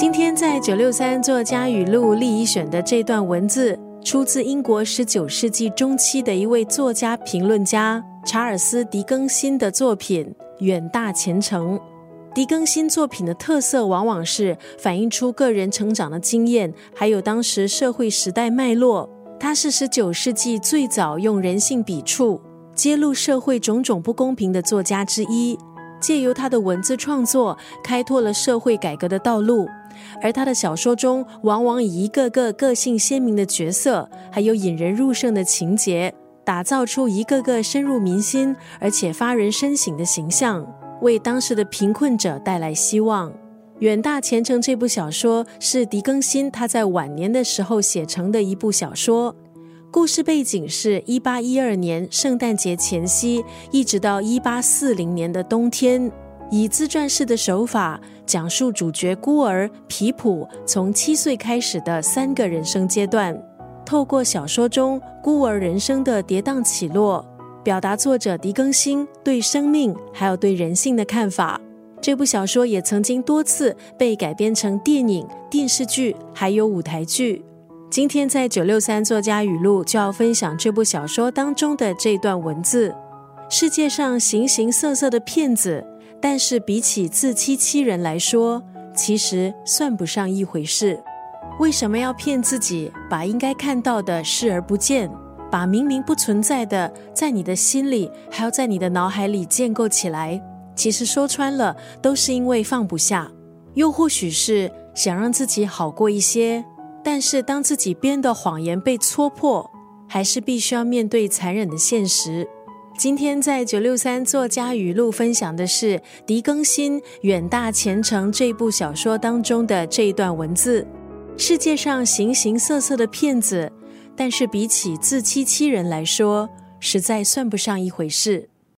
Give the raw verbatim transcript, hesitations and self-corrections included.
今天在九六三作家语录立一选的这段文字，出自英国十九世纪中期的一位作家评论家查尔斯·狄更辛的作品《远大前程》。狄更辛作品的特色往往是反映出个人成长的经验，还有当时社会时代脉络。他是十九世纪最早用人性笔触揭露社会种种不公平的作家之一，借由他的文字创作开拓了社会改革的道路。而他的小说中往往以一个个个性鲜明的角色，还有引人入胜的情节，打造出一个个深入民心而且发人深省的形象，为当时的贫困者带来希望。远大前程这部小说是狄更辛他在晚年的时候写成的一部小说，故事背景是一八一二年圣诞节前夕，一直到一八四零年的冬天，以自传式的手法讲述主角孤儿皮普从七岁开始的三个人生阶段，透过小说中孤儿人生的跌宕起落，表达作者狄更辛对生命还有对人性的看法。这部小说也曾经多次被改编成电影、电视剧还有舞台剧。今天在九六三作家语录就要分享这部小说当中的这段文字：世界上形形色色的骗子，但是比起自欺欺人来说，其实算不上一回事。为什么要骗自己，把应该看到的视而不见，把明明不存在的在你的心里还要在你的脑海里建构起来？其实说穿了，都是因为放不下，又或许是想让自己好过一些。但是当自己编的谎言被戳破，还是必须要面对残忍的现实。今天在九六三作家语录分享的是狄更辛《远大前程》这部小说当中的这一段文字：世界上形形色色的骗子，但是比起自欺欺人来说，实在算不上一回事。